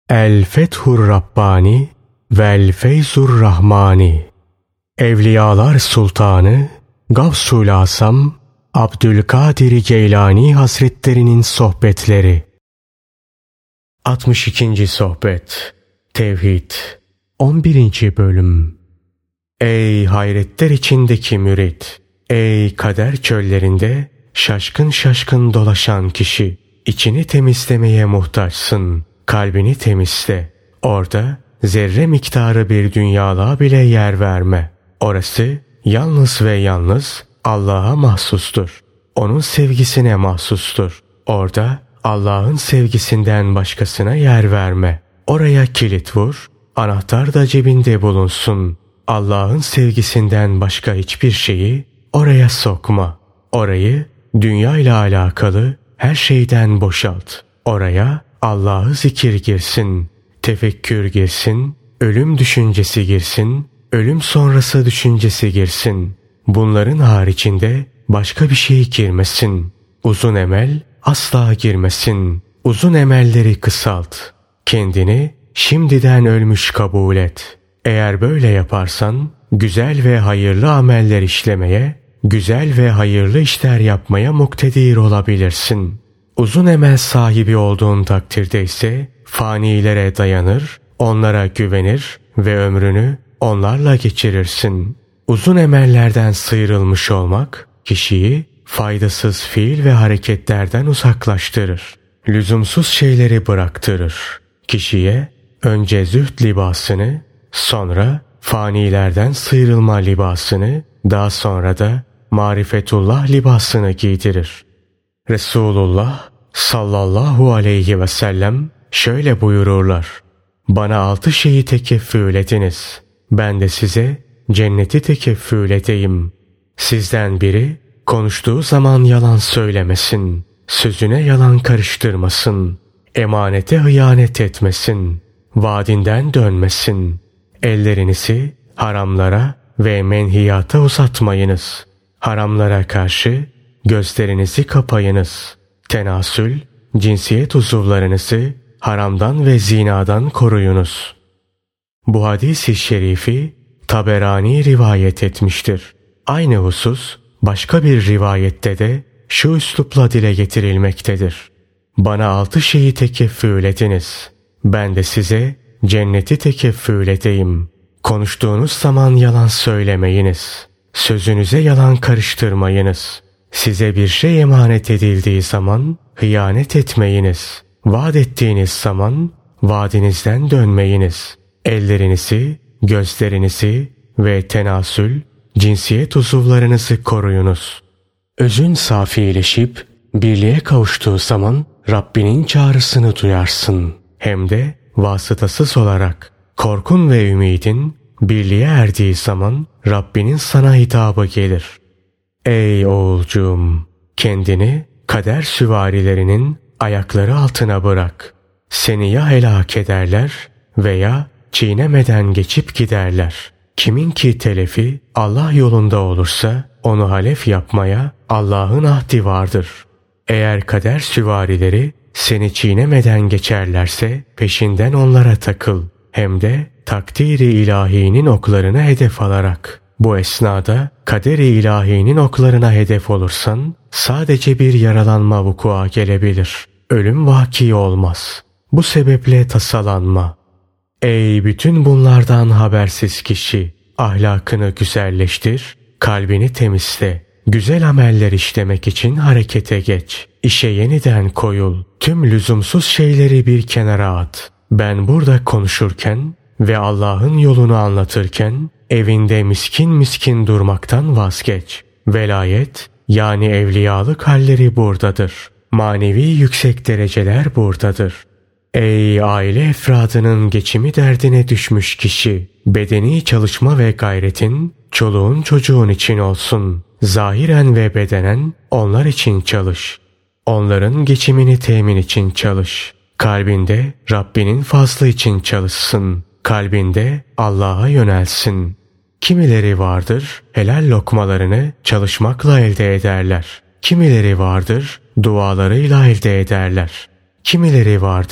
El Fethur Rabbani vel Feyzur Rahmani. Evliyalar Sultanı Gavsul Asam Abdülkadir Geylani Hazretlerinin sohbetleri. 62. sohbet. Tevhid. 11. bölüm. Ey hayretler içindeki mürit! Ey kader çöllerinde şaşkın şaşkın dolaşan kişi! İçini temizlemeye muhtaçsın. Kalbini temizle. Orada zerre miktarı bir dünyalığa bile yer verme. Orası yalnız ve yalnız Allah'a mahsustur. Onun sevgisine mahsustur. Orada Allah'ın sevgisinden başkasına yer verme. Oraya kilit vur, anahtar da cebinde bulunsun. Allah'ın sevgisinden başka hiçbir şeyi oraya sokma. Orayı dünya ile alakalı her şeyden boşalt. Oraya Allah'ı zikir girsin, tefekkür girsin, ölüm düşüncesi girsin, ölüm sonrası düşüncesi girsin. Bunların haricinde başka bir şey girmesin. Uzun emel asla girmesin. Uzun emelleri kısalt. Kendini şimdiden ölmüş kabul et. Eğer böyle yaparsan güzel ve hayırlı ameller işlemeye, güzel ve hayırlı işler yapmaya muktedir olabilirsin. Uzun emel sahibi olduğun takdirde ise fanilere dayanır, onlara güvenir ve ömrünü onlarla geçirirsin. Uzun emellerden sıyrılmış olmak kişiyi faydasız fiil ve hareketlerden uzaklaştırır. Lüzumsuz şeyleri bıraktırır. Kişiye önce zühd libasını, sonra fanilerden sıyrılma libasını, daha sonra da marifetullah libasını giydirir. Resulullah sallallahu aleyhi ve sellem şöyle buyururlar: Bana 6 şeyi tekeffül ediniz. Ben de size cenneti tekeffül edeyim. Sizden biri konuştuğu zaman yalan söylemesin. Sözüne yalan karıştırmasın. Emanete hıyanet etmesin. Vaadinden dönmesin. Ellerinizi haramlara ve menhiyata uzatmayınız. Haramlara karşı gözlerinizi kapayınız. Tenasül, cinsiyet uzuvlarınızı haramdan ve zinadan koruyunuz. Bu hadis-i şerifi Taberani rivayet etmiştir. Aynı husus başka bir rivayette de şu üslupla dile getirilmektedir: Bana 6 şeyi tekeffül ediniz. Ben de size cenneti tekeffül edeyim. Konuştuğunuz zaman yalan söylemeyiniz. Sözünüze yalan karıştırmayınız. Size bir şey emanet edildiği zaman hıyanet etmeyiniz. Vaat ettiğiniz zaman vaadinizden dönmeyiniz. Ellerinizi, gözlerinizi ve tenasül, cinsiyet uzuvlarınızı koruyunuz. Özün safileşip birliğe kavuştuğu zaman Rabbinin çağrısını duyarsın. Hem de vasıtasız olarak. Korkun ve ümidin birliğe erdiği zaman Rabbinin sana hitabı gelir. Ey oğulcuğum! Kendini kader süvarilerinin ayakları altına bırak. Seni ya helak ederler veya çiğnemeden geçip giderler. Kimin ki telefi Allah yolunda olursa onu halef yapmaya Allah'ın ahdi vardır. Eğer kader süvarileri seni çiğnemeden geçerlerse peşinden onlara takıl. Hem de takdiri ilahinin oklarına hedef alarak. Bu esnada kader-i ilahinin oklarına hedef olursan sadece bir yaralanma vukua gelebilir. Ölüm vaki olmaz. Bu sebeple tasalanma. Ey bütün bunlardan habersiz kişi! Ahlakını güzelleştir, kalbini temizle. Güzel ameller işlemek için harekete geç. İşe yeniden koyul. Tüm lüzumsuz şeyleri bir kenara at. Ben burada konuşurken ve Allah'ın yolunu anlatırken evinde miskin miskin durmaktan vazgeç. Velayet yani evliyalık halleri buradadır. Manevi yüksek dereceler buradadır. Ey aile efradının geçimi derdine düşmüş kişi! Bedeni çalışma ve gayretin çoluğun çocuğun için olsun. Zahiren ve bedenen onlar için çalış. Onların geçimini temin için çalış. Kalbinde Rabbinin fazlı için çalışsın. Kalbinde Allah'a yönelsin. Kimileri vardır helal lokmalarını çalışmakla elde ederler. Kimileri vardır dualarıyla elde ederler. Kimileri vardır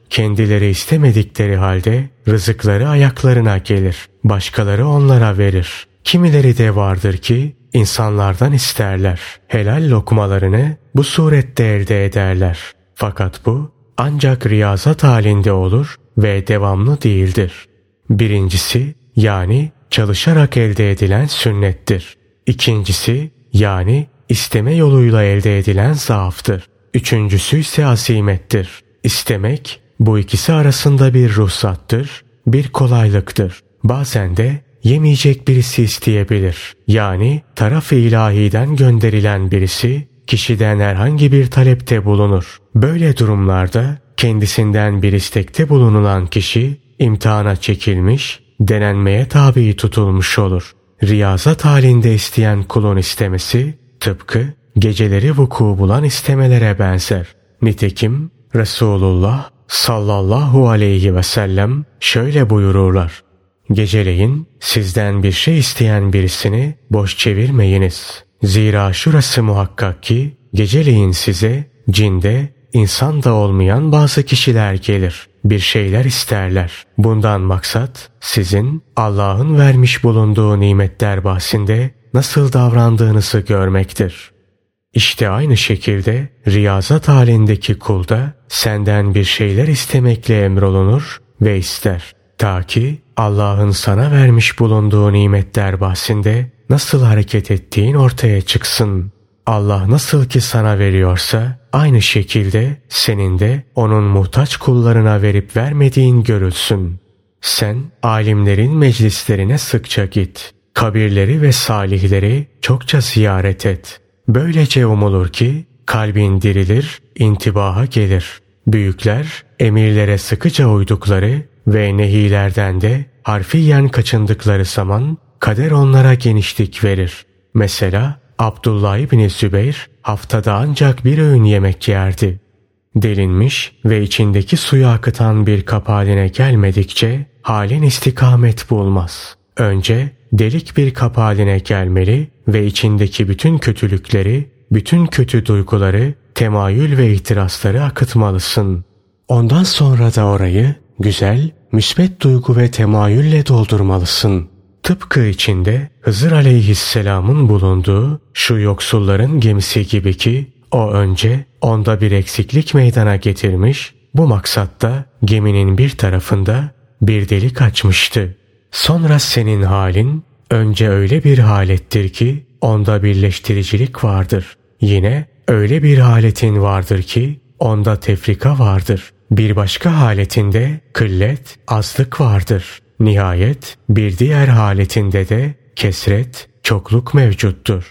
kendileri istemedikleri halde rızıkları ayaklarına gelir. Başkaları onlara verir. Kimileri de vardır ki insanlardan isterler. Helal lokmalarını bu surette elde ederler. Fakat bu ancak riyazat halinde olur ve devamlı değildir. Birincisi yani çalışarak elde edilen sünnettir. İkincisi yani isteme yoluyla elde edilen zaaftır. Üçüncüsü ise azimettir. İstemek bu ikisi arasında bir ruhsattır, bir kolaylıktır. Bazen de yemeyecek birisi isteyebilir. Yani taraf-ı ilahiden gönderilen birisi kişiden herhangi bir talepte bulunur. Böyle durumlarda kendisinden bir istekte bulunulan kişi imtihana çekilmiş, denenmeye tabi tutulmuş olur. Riyazat halinde isteyen kulun istemesi tıpkı geceleri vuku bulan istemelere benzer. Nitekim Resulullah sallallahu aleyhi ve sellem şöyle buyururlar. Geceleyin sizden bir şey isteyen birisini boş çevirmeyiniz. Zira şurası muhakkak ki geceleyin size cinde, insan da olmayan bazı kişiler gelir. Bir şeyler isterler. Bundan maksat sizin Allah'ın vermiş bulunduğu nimetler bahsinde nasıl davrandığınızı görmektir. İşte aynı şekilde riyazat halindeki kul da senden bir şeyler istemekle emrolunur ve ister. Ta ki Allah'ın sana vermiş bulunduğu nimetler bahsinde nasıl hareket ettiğin ortaya çıksın. Allah nasıl ki sana veriyorsa aynı şekilde senin de onun muhtaç kullarına verip vermediğin görülsün. Sen alimlerin meclislerine sıkça git. Kabirleri ve salihleri çokça ziyaret et. Böylece umulur ki kalbin dirilir, intibaha gelir. Büyükler emirlere sıkıca uydukları ve nehilerden de harfiyen kaçındıkları zaman kader onlara genişlik verir. Mesela Abdullah İbni Zübeyr haftada ancak bir öğün yemek yerdi. Delinmiş ve içindeki suyu akıtan bir kap haline gelmedikçe halin istikamet bulmaz. Önce delik bir kap haline gelmeli ve içindeki bütün kötülükleri, bütün kötü duyguları, temayül ve ihtirasları akıtmalısın. Ondan sonra da orayı güzel, müsbet duygu ve temayülle doldurmalısın. Tıpkı içinde Hızır aleyhisselamın bulunduğu şu yoksulların gemisi gibi ki o önce onda bir eksiklik meydana getirmiş, bu maksatta geminin bir tarafında bir delik açmıştı. Sonra senin halin önce öyle bir halettir ki onda birleştiricilik vardır. Yine öyle bir haletin vardır ki onda tefrika vardır. Bir başka haletinde kıllet, azlık vardır. Nihayet bir diğer haletinde de kesret, çokluk mevcuttur.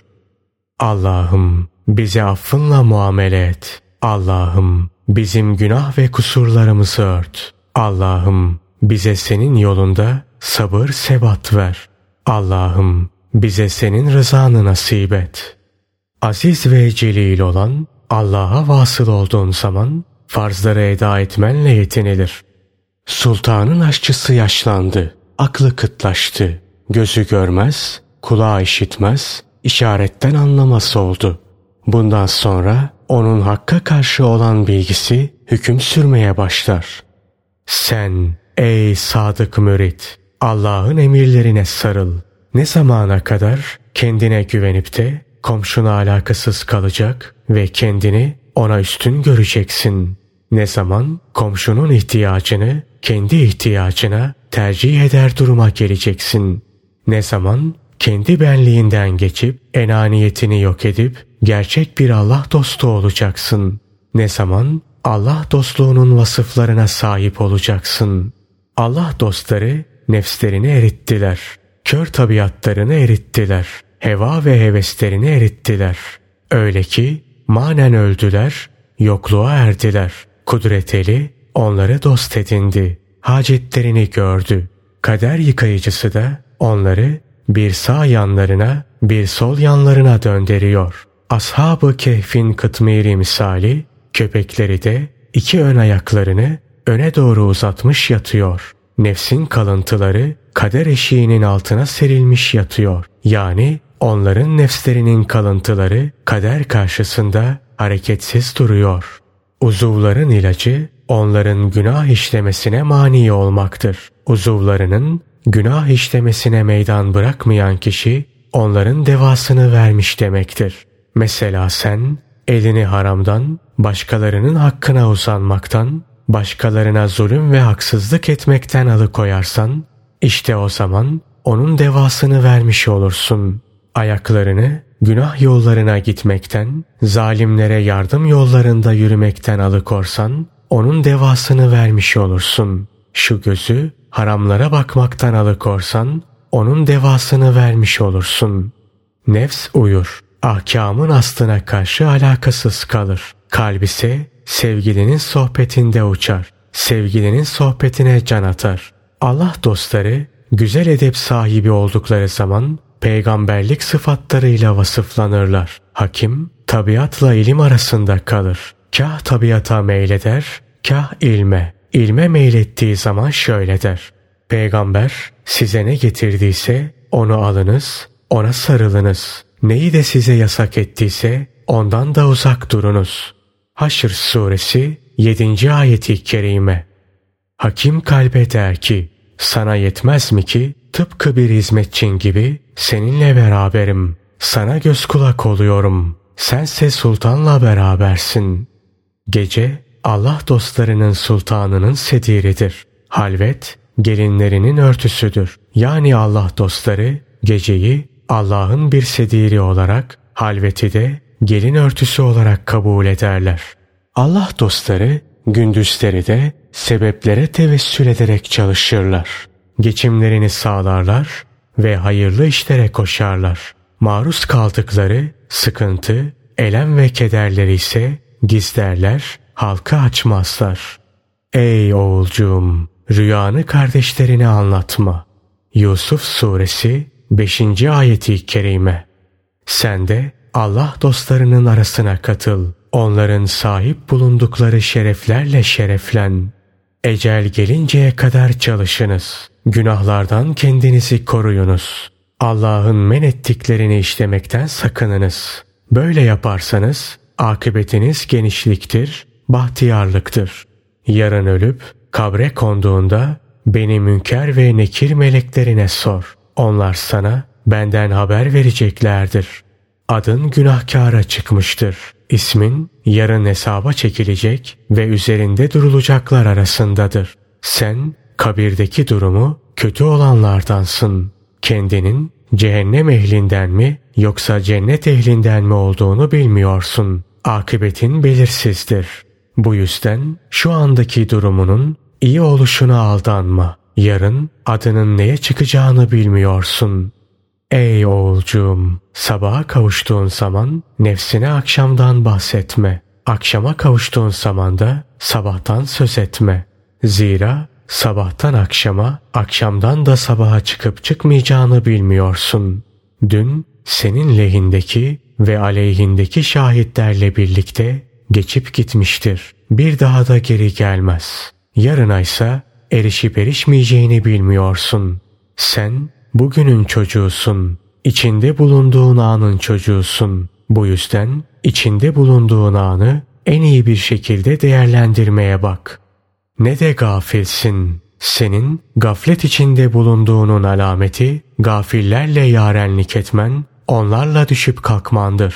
Allah'ım bize affınla muamele et. Allah'ım bizim günah ve kusurlarımızı ört. Allah'ım bize senin yolunda sabır sebat ver. Allah'ım bize senin rızanı nasip et. Aziz ve celil olan Allah'a vasıl olduğun zaman farzları eda etmenle yetinilir. Sultanın aşçısı yaşlandı, aklı kıtlaştı, gözü görmez, kulağı işitmez, işaretten anlamaz oldu. Bundan sonra onun hakka karşı olan bilgisi hüküm sürmeye başlar. Sen ey sadık mürit, Allah'ın emirlerine sarıl. Ne zamana kadar kendine güvenip de komşuna alakasız kalacak ve kendini ona üstün göreceksin? Ne zaman komşunun ihtiyacını kendi ihtiyacına tercih eder duruma geleceksin? Ne zaman kendi benliğinden geçip enaniyetini yok edip gerçek bir Allah dostu olacaksın? Ne zaman Allah dostluğunun vasıflarına sahip olacaksın? Allah dostları nefslerini erittiler. Kör tabiatlarını erittiler. Heva ve heveslerini erittiler. Öyle ki manen öldüler, yokluğa erdiler. Kudret eli onları dost edindi. Hacetlerini gördü. Kader yıkayıcısı da onları bir sağ yanlarına bir sol yanlarına döndürüyor. Ashab-ı Kehf'in kıtmiri misali köpekleri de iki ön ayaklarını öne doğru uzatmış yatıyor. Nefsin kalıntıları kader eşiğinin altına serilmiş yatıyor. Yani onların nefslerinin kalıntıları kader karşısında hareketsiz duruyor. Uzuvların ilacı onların günah işlemesine mani olmaktır. Uzuvlarının günah işlemesine meydan bırakmayan kişi onların devasını vermiş demektir. Mesela sen elini haramdan, başkalarının hakkına uzanmaktan, başkalarına zulüm ve haksızlık etmekten alıkoyarsan, işte o zaman onun devasını vermiş olursun. Ayaklarını günah yollarına gitmekten, zalimlere yardım yollarında yürümekten alıkorsan, onun devasını vermiş olursun. Şu gözü haramlara bakmaktan alıkorsan, onun devasını vermiş olursun. Nefs uyur, ahkamın aslına karşı alakasız kalır. Kalp ise sevgilinin sohbetinde uçar, sevgilinin sohbetine can atar. Allah dostları güzel edep sahibi oldukları zaman peygamberlik sıfatlarıyla vasıflanırlar. Hakim, tabiatla ilim arasında kalır. Kah tabiata meyleder, kah ilme. İlme meylettiği zaman şöyle der: Peygamber size ne getirdiyse onu alınız, ona sarılınız. Neyi de size yasak ettiyse ondan da uzak durunuz. Haşr suresi 7. ayeti kerime. Hakim kalbe der ki, sana yetmez mi ki tıpkı bir hizmetçin gibi seninle beraberim. Sana göz kulak oluyorum. Sense sultanla berabersin. Gece Allah dostlarının sultanının sediridir. Halvet gelinlerinin örtüsüdür. Yani Allah dostları geceyi Allah'ın bir sediri olarak, halveti de gelin örtüsü olarak kabul ederler. Allah dostları gündüzleri de sebeplere tevessül ederek çalışırlar. Geçimlerini sağlarlar ve hayırlı işlere koşarlar. Maruz kaldıkları sıkıntı, elem ve kederleri ise gizlerler, halka açmazlar. Ey oğulcuğum, rüyanı kardeşlerine anlatma. Yusuf suresi 5. ayeti kerime. Sen de Allah dostlarının arasına katıl. Onların sahip bulundukları şereflerle şereflen. Ecel gelinceye kadar çalışınız. Günahlardan kendinizi koruyunuz. Allah'ın men ettiklerini işlemekten sakınınız. Böyle yaparsanız akıbetiniz genişliktir, bahtiyarlıktır. Yarın ölüp kabre konduğunda beni Münker ve Nekir meleklerine sor. Onlar sana benden haber vereceklerdir. Adın günahkâra çıkmıştır. İsmin yarın hesaba çekilecek ve üzerinde durulacaklar arasındadır. Sen kabirdeki durumu kötü olanlardansın. Kendinin cehennem ehlinden mi yoksa cennet ehlinden mi olduğunu bilmiyorsun. Akıbetin belirsizdir. Bu yüzden şu andaki durumunun iyi oluşuna aldanma. Yarın adının neye çıkacağını bilmiyorsun. Ey oğulcuğum, sabaha kavuştuğun zaman nefsine akşamdan bahsetme. Akşama kavuştuğun zaman da sabahtan söz etme. Zira sabahtan akşama, akşamdan da sabaha çıkıp çıkmayacağını bilmiyorsun. Dün senin lehindeki ve aleyhindeki şahitlerle birlikte geçip gitmiştir. Bir daha da geri gelmez. Yarına ise erişip erişmeyeceğini bilmiyorsun. Sen bugünün çocuğusun. İçinde bulunduğun anın çocuğusun. Bu yüzden içinde bulunduğun anı en iyi bir şekilde değerlendirmeye bak. Ne de gafilsin. Senin gaflet içinde bulunduğunun alameti gafillerle yarenlik etmen, onlarla düşüp kalkmandır.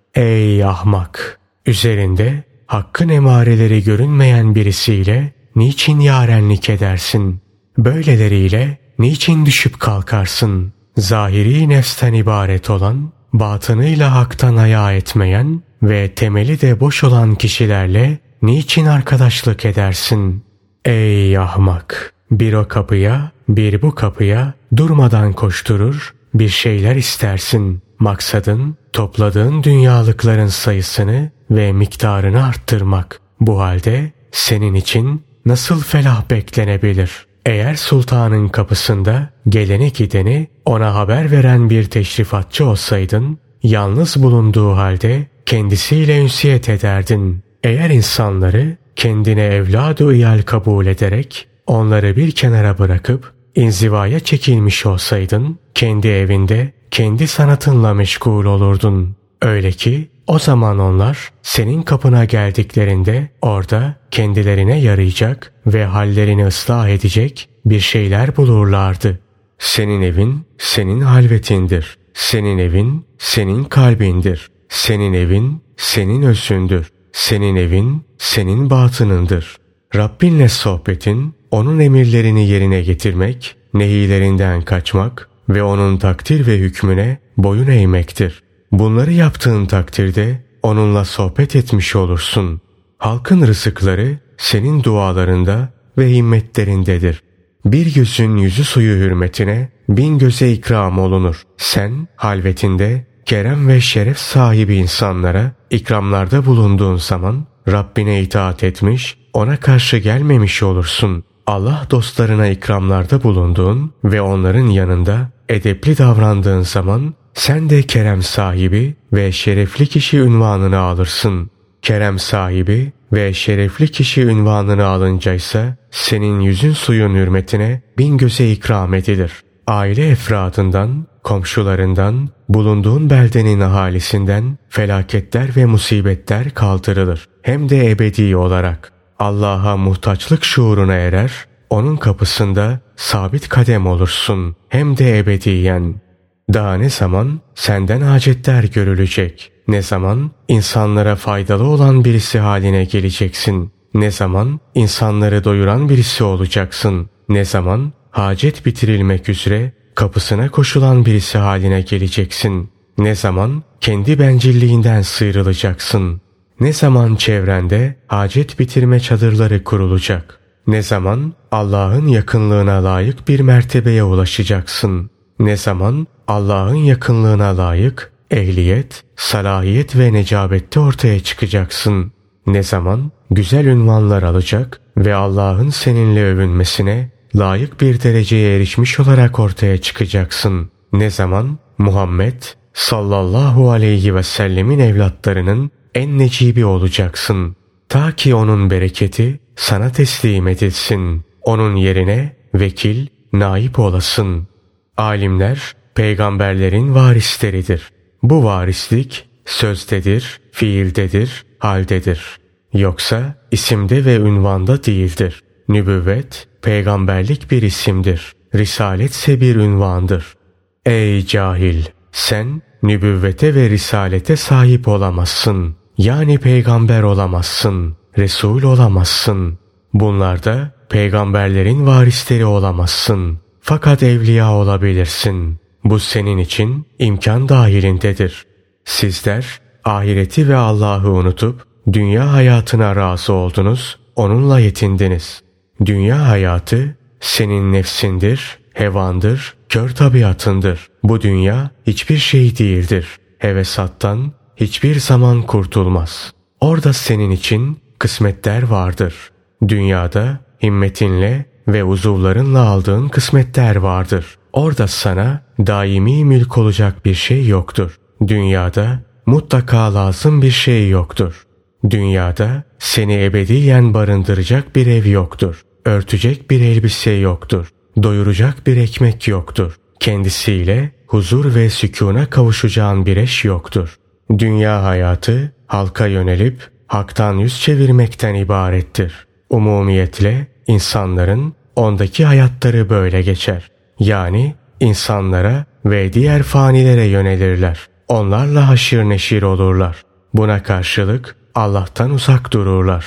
Ey ahmak! Üzerinde hakkın emareleri görünmeyen birisiyle niçin yarenlik edersin? Böyleleriyle niçin düşüp kalkarsın? Zahiri nefsten ibaret olan, batınıyla haktan haya etmeyen ve temeli de boş olan kişilerle niçin arkadaşlık edersin? Ey ahmak! Bir o kapıya, bir bu kapıya durmadan koşturur, bir şeyler istersin. Maksadın topladığın dünyalıkların sayısını ve miktarını arttırmak. Bu halde senin için nasıl felah beklenebilir? Eğer sultanın kapısında geleni gideni ona haber veren bir teşrifatçı olsaydın, yalnız bulunduğu halde kendisiyle ünsiyet ederdin. Eğer insanları kendine evlad-ı iyal kabul ederek onları bir kenara bırakıp inzivaya çekilmiş olsaydın, kendi evinde kendi sanatınla meşgul olurdun. Öyle ki O zaman onlar senin kapına geldiklerinde orada kendilerine yarayacak ve hallerini ıslah edecek bir şeyler bulurlardı. Senin evin senin halvetindir. Senin evin senin kalbindir. Senin evin senin özündür. Senin evin senin batınındır. Rabbinle sohbetin, onun emirlerini yerine getirmek, nehilerinden kaçmak ve onun takdir ve hükmüne boyun eğmektir. Bunları yaptığın takdirde onunla sohbet etmiş olursun. Halkın rızıkları senin dualarında ve himmetlerindedir. Bir gözün yüzü suyu hürmetine 1000 göze ikram olunur. Sen halvetinde kerem ve şeref sahibi insanlara ikramlarda bulunduğun zaman Rabbine itaat etmiş, ona karşı gelmemiş olursun. Allah dostlarına ikramlarda bulunduğun ve onların yanında edepli davrandığın zaman sen de kerem sahibi ve şerefli kişi unvanını alırsın. Kerem sahibi ve şerefli kişi unvanını alınca ise senin yüzün suyun hürmetine 1000 göze ikram edilir. Aile efradından, komşularından, bulunduğun beldenin ahalisinden felaketler ve musibetler kaldırılır. Hem de ebedi olarak. Allah'a muhtaçlık şuuruna erer, onun kapısında sabit kadem olursun. Hem de ebediyen. Daha ne zaman senden hacetler görülecek? Ne zaman insanlara faydalı olan birisi haline geleceksin? Ne zaman insanları doyuran birisi olacaksın? Ne zaman hacet bitirilmek üzere kapısına koşulan birisi haline geleceksin? Ne zaman kendi bencilliğinden sıyrılacaksın? Ne zaman çevrende hacet bitirme çadırları kurulacak? Ne zaman Allah'ın yakınlığına layık bir mertebeye ulaşacaksın? Ne zaman Allah'ın yakınlığına layık ehliyet, salahiyet ve necabette ortaya çıkacaksın? Ne zaman güzel ünvanlar alacak ve Allah'ın seninle övünmesine layık bir dereceye erişmiş olarak ortaya çıkacaksın? Ne zaman Muhammed sallallahu aleyhi ve sellemin evlatlarının en necibi olacaksın? Ta ki onun bereketi sana teslim edilsin. Onun yerine vekil, naip olasın. Alimler peygamberlerin varisleridir. Bu varislik sözdedir, fiildedir, haldedir. Yoksa isimde ve ünvanda değildir. Nübüvvet, peygamberlik bir isimdir. Risaletse bir ünvandır. Ey cahil! Sen nübüvvete ve risalete sahip olamazsın. Yani peygamber olamazsın. Resul olamazsın. Bunlarda peygamberlerin varisleri olamazsın. Fakat evliya olabilirsin. Bu senin için imkan dahilindedir. Sizler ahireti ve Allah'ı unutup dünya hayatına razı oldunuz, onunla yetindiniz. Dünya hayatı senin nefsindir, hevandır, kör tabiatındır. Bu dünya hiçbir şey değildir. Hevesattan hiçbir zaman kurtulmaz. Orada senin için kısmetler vardır. Dünyada himmetinle ve uzuvlarınla aldığın kısmetler vardır. Orada sana daimi mülk olacak bir şey yoktur. Dünyada mutlaka lazım bir şey yoktur. Dünyada seni ebediyen barındıracak bir ev yoktur. Örtecek bir elbise yoktur. Doyuracak bir ekmek yoktur. Kendisiyle huzur ve sükûna kavuşacağın bir eş yoktur. Dünya hayatı halka yönelip haktan yüz çevirmekten ibarettir. Umumiyetle insanların ondaki hayatları böyle geçer. Yani insanlara ve diğer fanilere yönelirler. Onlarla haşir neşir olurlar. Buna karşılık Allah'tan uzak dururlar.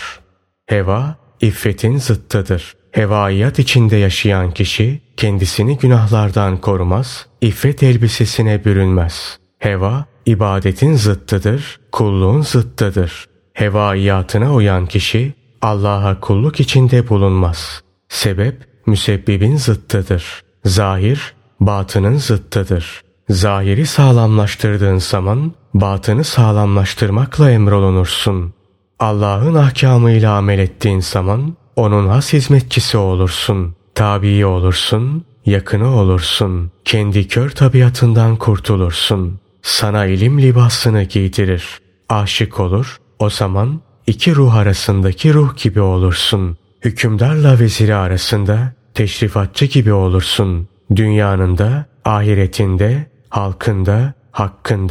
Heva, iffetin zıttıdır. Hevaiyat içinde yaşayan kişi kendisini günahlardan korumaz, iffet elbisesine bürünmez. Heva, ibadetin zıttıdır, kulluğun zıttıdır. Hevaiyatına uyan kişi Allah'a kulluk içinde bulunmaz. Sebep, müsebbibin zıttıdır. Zahir, batının zıttıdır. Zahiri sağlamlaştırdığın zaman batını sağlamlaştırmakla emrolunursun. Allah'ın ahkamıyla amel ettiğin zaman onun has hizmetçisi olursun. Tabii olursun, yakını olursun. Kendi kör tabiatından kurtulursun. Sana ilim libasını giydirir. Aşık olur, o zaman iki ruh arasındaki ruh gibi olursun. Hükümdarla veziri arasında teşrifatçı gibi olursun. Dünyanın da, ahiretinde, halkında, hakkında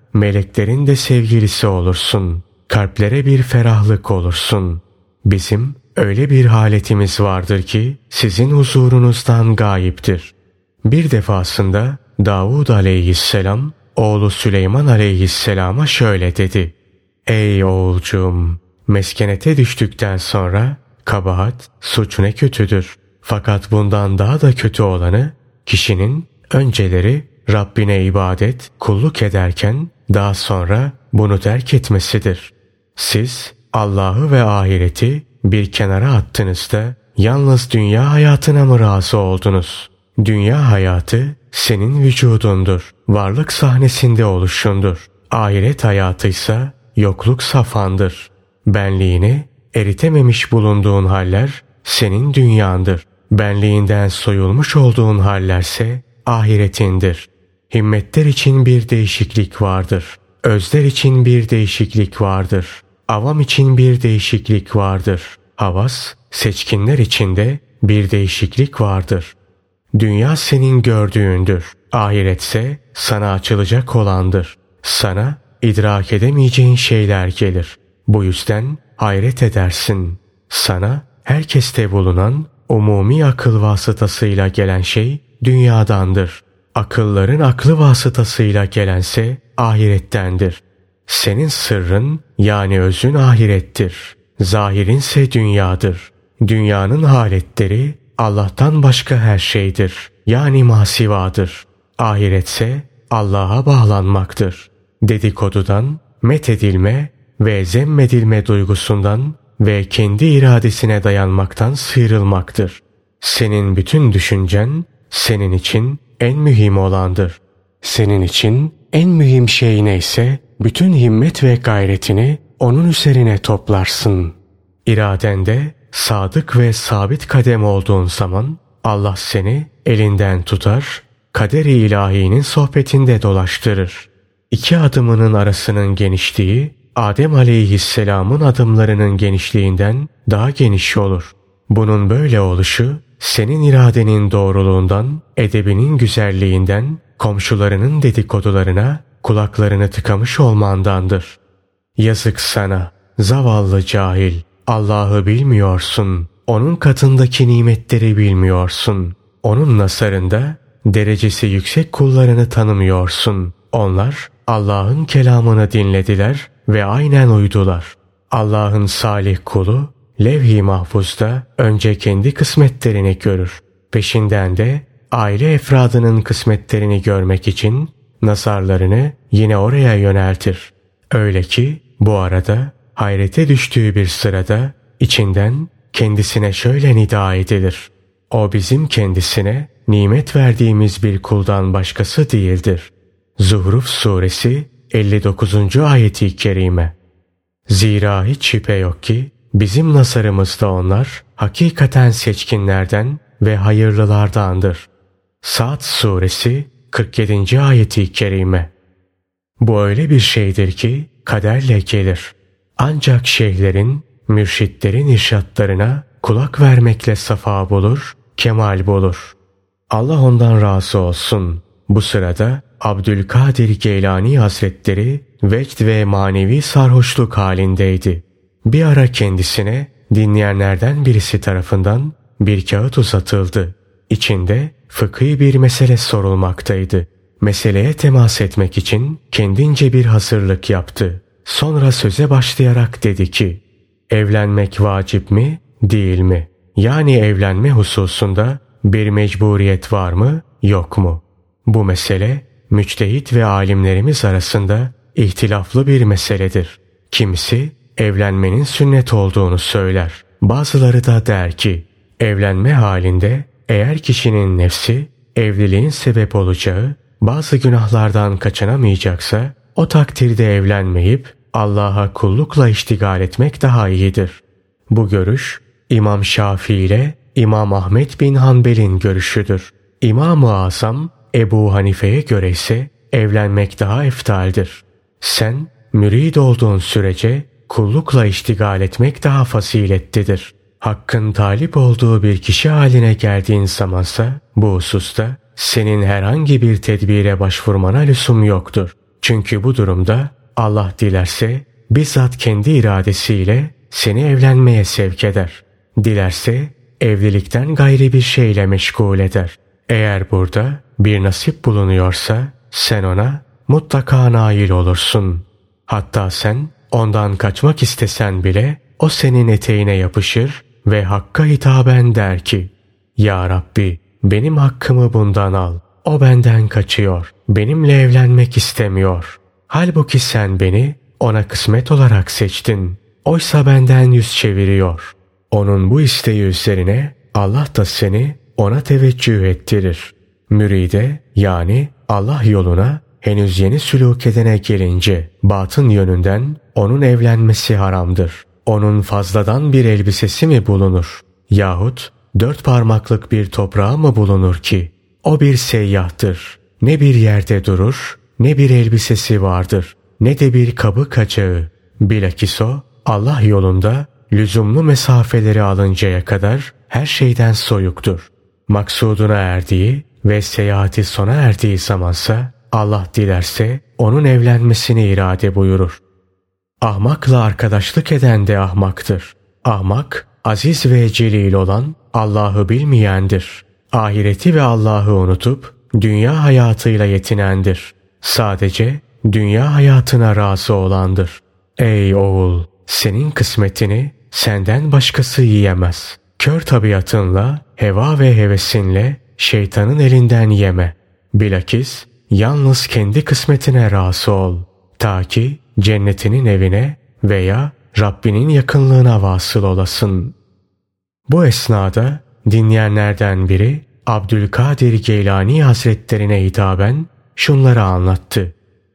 meleklerin de sevgilisi olursun. Kalplere bir ferahlık olursun. Bizim öyle bir haletimiz vardır ki sizin huzurunuzdan gayiptir. Bir defasında Davud aleyhisselam oğlu Süleyman aleyhisselama şöyle dedi: Ey oğulcuğum, meskenete düştükten sonra kabahat, suç ne kötüdür. Fakat bundan daha da kötü olanı kişinin önceleri Rabbine ibadet, kulluk ederken daha sonra bunu terk etmesidir. Siz Allah'ı ve ahireti bir kenara attığınızda yalnız dünya hayatına mı razı oldunuz? Dünya hayatı senin vücudundur, varlık sahnesinde oluşundur. Ahiret hayatıysa yokluk safandır. Benliğini eritememiş bulunduğun haller senin dünyandır. Benliğinden soyulmuş olduğun hallerse ahiretindir. Himmetler için bir değişiklik vardır. Özler için bir değişiklik vardır. Avam için bir değişiklik vardır. Havas, seçkinler için de bir değişiklik vardır. Dünya senin gördüğündür. Ahiretse sana açılacak olandır. Sana idrak edemeyeceğin şeyler gelir. Bu yüzden hayret edersin. Sana herkeste bulunan umumi akıl vasıtasıyla gelen şey dünyadandır. Akılların aklı vasıtasıyla gelense ahirettendir. Senin sırrın yani özün ahirettir. Zahirinse dünyadır. Dünyanın haletleri Allah'tan başka her şeydir. Yani masivadır. Ahiretse Allah'a bağlanmaktır. Dedikodudan, methedilme ve zemmedilme duygusundan ve kendi iradesine dayanmaktan sıyrılmaktır. Senin bütün düşüncen senin için en mühim olandır. Senin için en mühim şey neyse bütün himmet ve gayretini onun üzerine toplarsın. İradende sadık ve sabit kadem olduğun zaman Allah seni elinden tutar, kader-i ilahinin sohbetinde dolaştırır. İki adımının arasının genişliği Adem aleyhisselamın adımlarının genişliğinden daha geniş olur. Bunun böyle oluşu senin iradenin doğruluğundan, edebinin güzelliğinden, komşularının dedikodularına kulaklarını tıkamış olmandandır. Yazık sana, zavallı cahil. Allah'ı bilmiyorsun. Onun katındaki nimetleri bilmiyorsun. Onun nazarında derecesi yüksek kullarını tanımıyorsun. Onlar Allah'ın kelamını dinlediler ve aynen uydular. Allah'ın salih kulu levh-i mahfuzda önce kendi kısmetlerini görür. Peşinden de aile efradının kısmetlerini görmek için nazarlarını yine oraya yöneltir. Öyle ki bu arada hayrete düştüğü bir sırada içinden kendisine şöyle nida edilir: O bizim kendisine nimet verdiğimiz bir kuldan başkası değildir. Zuhruf suresi 59. ayeti kerime. Zira hiç şüphe yok ki bizim nazarımızda onlar hakikaten seçkinlerden ve hayırlılardandır. Sa'd suresi 47. ayeti kerime. Bu öyle bir şeydir ki kaderle gelir. Ancak şeyhlerin, mürşitlerin irşatlarına kulak vermekle safa bulur, kemal bulur. Allah ondan razı olsun. Bu sırada Abdülkadir Geylani Hazretleri vecd ve manevi sarhoşluk halindeydi. Bir ara kendisine dinleyenlerden birisi tarafından bir kağıt uzatıldı. İçinde fıkhi bir mesele sorulmaktaydı. Meseleye temas etmek için kendince bir hazırlık yaptı. Sonra söze başlayarak dedi ki: Evlenmek vacip mi, değil mi? Yani evlenme hususunda bir mecburiyet var mı, yok mu? Bu mesele müçtehit ve alimlerimiz arasında ihtilaflı bir meseledir. Kimisi evlenmenin sünnet olduğunu söyler. Bazıları da der ki evlenme halinde eğer kişinin nefsi evliliğin sebep olacağı bazı günahlardan kaçınamayacaksa o takdirde evlenmeyip Allah'a kullukla iştigal etmek daha iyidir. Bu görüş İmam Şafii ile İmam Ahmet bin Hanbel'in görüşüdür. İmam-ı Azam Ebu Hanife'ye göre ise evlenmek daha eftaldir. Sen mürid olduğun sürece kullukla iştigal etmek daha faziletlidir. Hakkın talip olduğu bir kişi haline geldiğin zamansa bu hususta senin herhangi bir tedbire başvurmana lüzum yoktur. Çünkü bu durumda Allah dilerse bizzat kendi iradesiyle seni evlenmeye sevk eder. Dilerse evlilikten gayri bir şeyle meşgul eder. Eğer burada bir nasip bulunuyorsa sen ona mutlaka nail olursun. Hatta sen ondan kaçmak istesen bile o senin eteğine yapışır ve Hakk'a hitaben der ki: Ya Rabbi, benim hakkımı bundan al. O benden kaçıyor. Benimle evlenmek istemiyor. Halbuki sen beni ona kısmet olarak seçtin. Oysa benden yüz çeviriyor. Onun bu isteği üzerine Allah da seni ona teveccüh ettirir. Müride, yani Allah yoluna henüz yeni sülûk edene gelince batın yönünden onun evlenmesi haramdır. Onun fazladan bir elbisesi mi bulunur? Yahut 4 parmaklık bir toprağı mı bulunur ki? O bir seyyahtır. Ne bir yerde durur, ne bir elbisesi vardır, ne de bir kabı kaçağı. Bilakis o Allah yolunda lüzumlu mesafeleri alıncaya kadar her şeyden soyuktur. Maksuduna erdiği ve seyahati sona erdiği zamansa Allah dilerse onun evlenmesini irade buyurur. Ahmakla arkadaşlık eden de ahmaktır. Ahmak, aziz ve celil olan Allah'ı bilmeyendir. Ahireti ve Allah'ı unutup dünya hayatıyla yetinendir. Sadece dünya hayatına razı olandır. Ey oğul! Senin kısmetini senden başkası yiyemez. Kör tabiatınla, heva ve hevesinle şeytanın elinden yeme. Bilakis yalnız kendi kısmetine razı ol. Ta ki cennetinin evine veya Rabbinin yakınlığına vasıl olasın. Bu esnada dinleyenlerden biri Abdülkadir Geylani Hazretlerine hitaben şunları anlattı.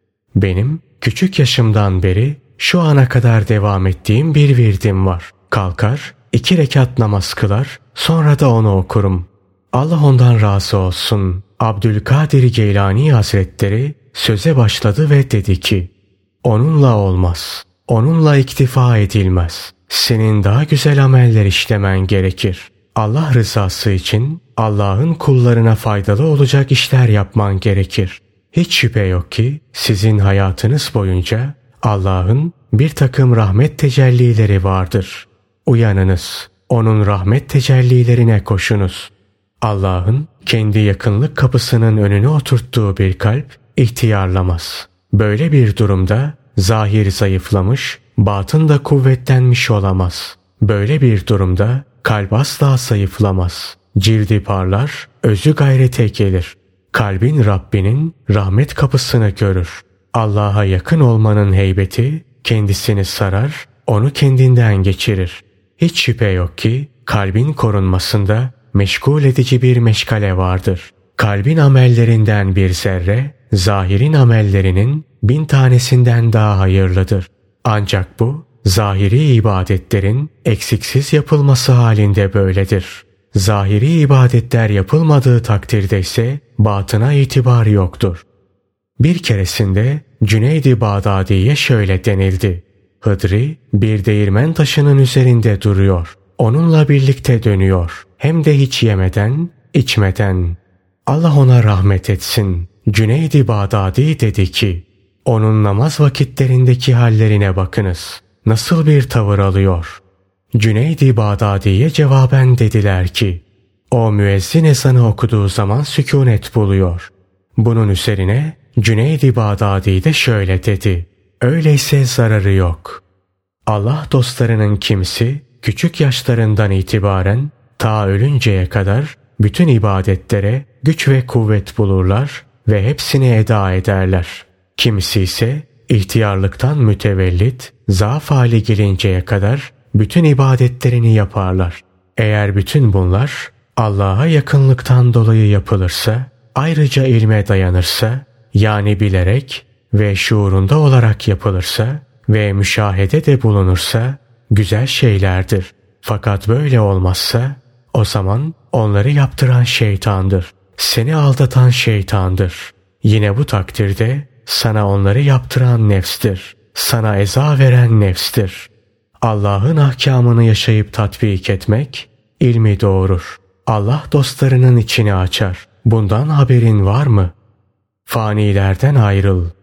Benim küçük yaşımdan beri şu ana kadar devam ettiğim bir virdim var. Kalkar 2 rekat namaz kılar, sonra da onu okurum. Allah ondan razı olsun. Abdülkadir Geylani Hazretleri söze başladı ve dedi ki: Onunla olmaz. Onunla iktifa edilmez. Senin daha güzel ameller işlemen gerekir. Allah rızası için Allah'ın kullarına faydalı olacak işler yapman gerekir. Hiç şüphe yok ki sizin hayatınız boyunca Allah'ın bir takım rahmet tecellileri vardır. Uyanınız, onun rahmet tecellilerine koşunuz. Allah'ın kendi yakınlık kapısının önüne oturttuğu bir kalp ihtiyarlamaz. Böyle bir durumda zahir zayıflamış, batın da kuvvetlenmiş olamaz. Böyle bir durumda kalp asla zayıflamaz. Cildi parlar, özü gayrete gelir. Kalbin Rabbinin rahmet kapısını görür. Allah'a yakın olmanın heybeti kendisini sarar, onu kendinden geçirir. Hiç şüphe yok ki kalbin korunmasında meşgul edici bir meşgale vardır. Kalbin amellerinden bir zerre, zahirin amellerinin 1000 tanesinden daha hayırlıdır. Ancak bu, zahiri ibadetlerin eksiksiz yapılması halinde böyledir. Zahiri ibadetler yapılmadığı takdirde ise batına itibar yoktur. Bir keresinde Cüneyd-i Bağdadi'ye şöyle denildi: Hıdri bir değirmen taşının üzerinde duruyor. Onunla birlikte dönüyor. Hem de hiç yemeden, içmeden. Allah ona rahmet etsin. Cüneyd-i Bağdadi dedi ki: Onun namaz vakitlerindeki hallerine bakınız. Nasıl bir tavır alıyor? Cüneyd-i Bağdadi'ye cevaben dediler ki: O müezzin ezanı okuduğu zaman sükûnet buluyor. Bunun üzerine Cüneyd-i Bağdadi de şöyle dedi: Öyleyse zararı yok. Allah dostlarının kimisi küçük yaşlarından itibaren ta ölünceye kadar bütün ibadetlere güç ve kuvvet bulurlar ve hepsini eda ederler. Kimisi ise ihtiyarlıktan mütevellit zaaf hali gelinceye kadar bütün ibadetlerini yaparlar. Eğer bütün bunlar Allah'a yakınlıktan dolayı yapılırsa, ayrıca ilme dayanırsa, yani bilerek ve şuurunda olarak yapılırsa ve müşahede de bulunursa güzel şeylerdir. Fakat böyle olmazsa o zaman onları yaptıran şeytandır. Seni aldatan şeytandır. Yine bu takdirde sana onları yaptıran nefstir. Sana eza veren nefstir. Allah'ın ahkamını yaşayıp tatbik etmek ilmi doğurur. Allah dostlarının içini açar. Bundan haberin var mı? Fanilerden ayrıl.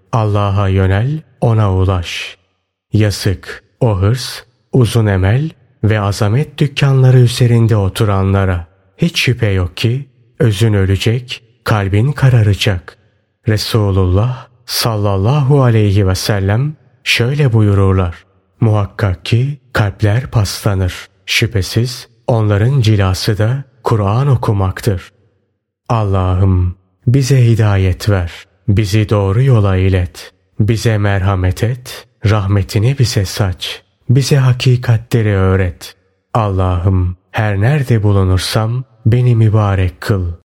Allah'a yönel, ona ulaş. Yazık o hırs, uzun emel ve azamet dükkanları üzerinde oturanlara. Hiç şüphe yok ki özün ölecek, kalbin kararacak. Resulullah sallallahu aleyhi ve sellem şöyle buyururlar. Muhakkak ki kalpler paslanır. Şüphesiz onların cilası da Kur'an okumaktır. Allah'ım bize hidayet ver. Bizi doğru yola ilet. Bize merhamet et. Rahmetini bize saç. Bize hakikatleri öğret. Allah'ım her nerede bulunursam beni mübarek kıl.